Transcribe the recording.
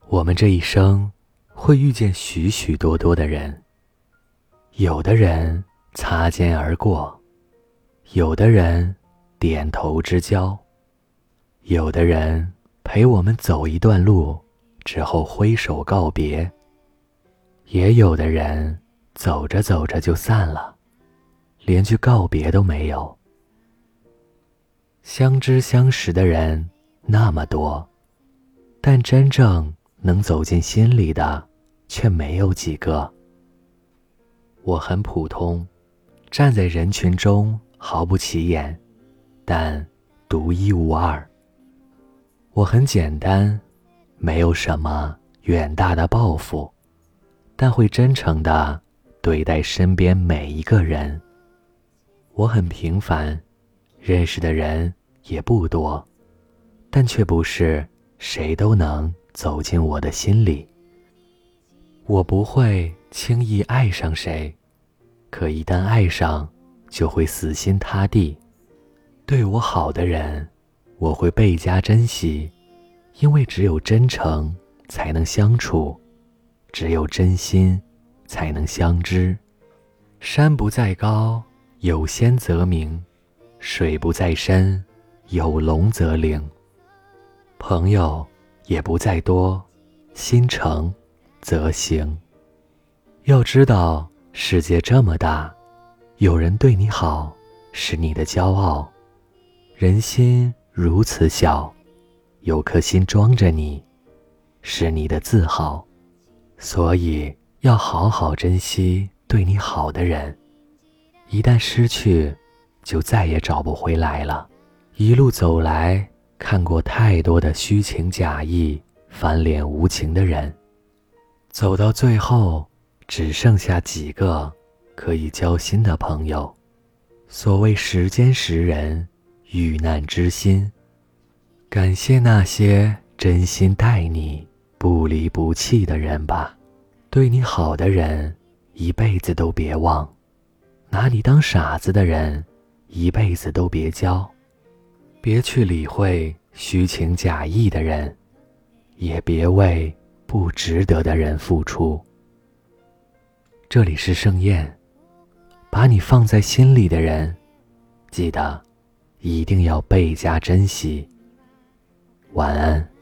我们这一生会遇见许许多多的人，有的人擦肩而过，有的人点头之交，有的人陪我们走一段路之后挥手告别，也有的人走着走着就散了，连句告别都没有。相知相识的人那么多，但真正能走进心里的却没有几个。我很普通，站在人群中毫不起眼，但独一无二。我很简单，没有什么远大的抱负，但会真诚地对待身边每一个人。我很平凡，认识的人也不多，但却不是谁都能走进我的心里。我不会轻易爱上谁，可一旦爱上，就会死心塌地。对我好的人，我会倍加珍惜，因为只有真诚才能相处，只有真心才能相知。山不在高，有仙则名；水不在深，有龙则灵。朋友也不在多，心诚则行。要知道，世界这么大，有人对你好，是你的骄傲；人心如此小，有颗心装着你，是你的自豪。所以要好好珍惜对你好的人，一旦失去，就再也找不回来了。一路走来，看过太多的虚情假意、翻脸无情的人，走到最后，只剩下几个可以交心的朋友。所谓时间识人，遇难知心。感谢那些真心待你、不离不弃的人吧。对你好的人，一辈子都别忘；拿你当傻子的人，一辈子都别交。别去理会虚情假意的人，也别为不值得的人付出。这里是盛宴，把你放在心里的人，记得一定要倍加珍惜。晚安。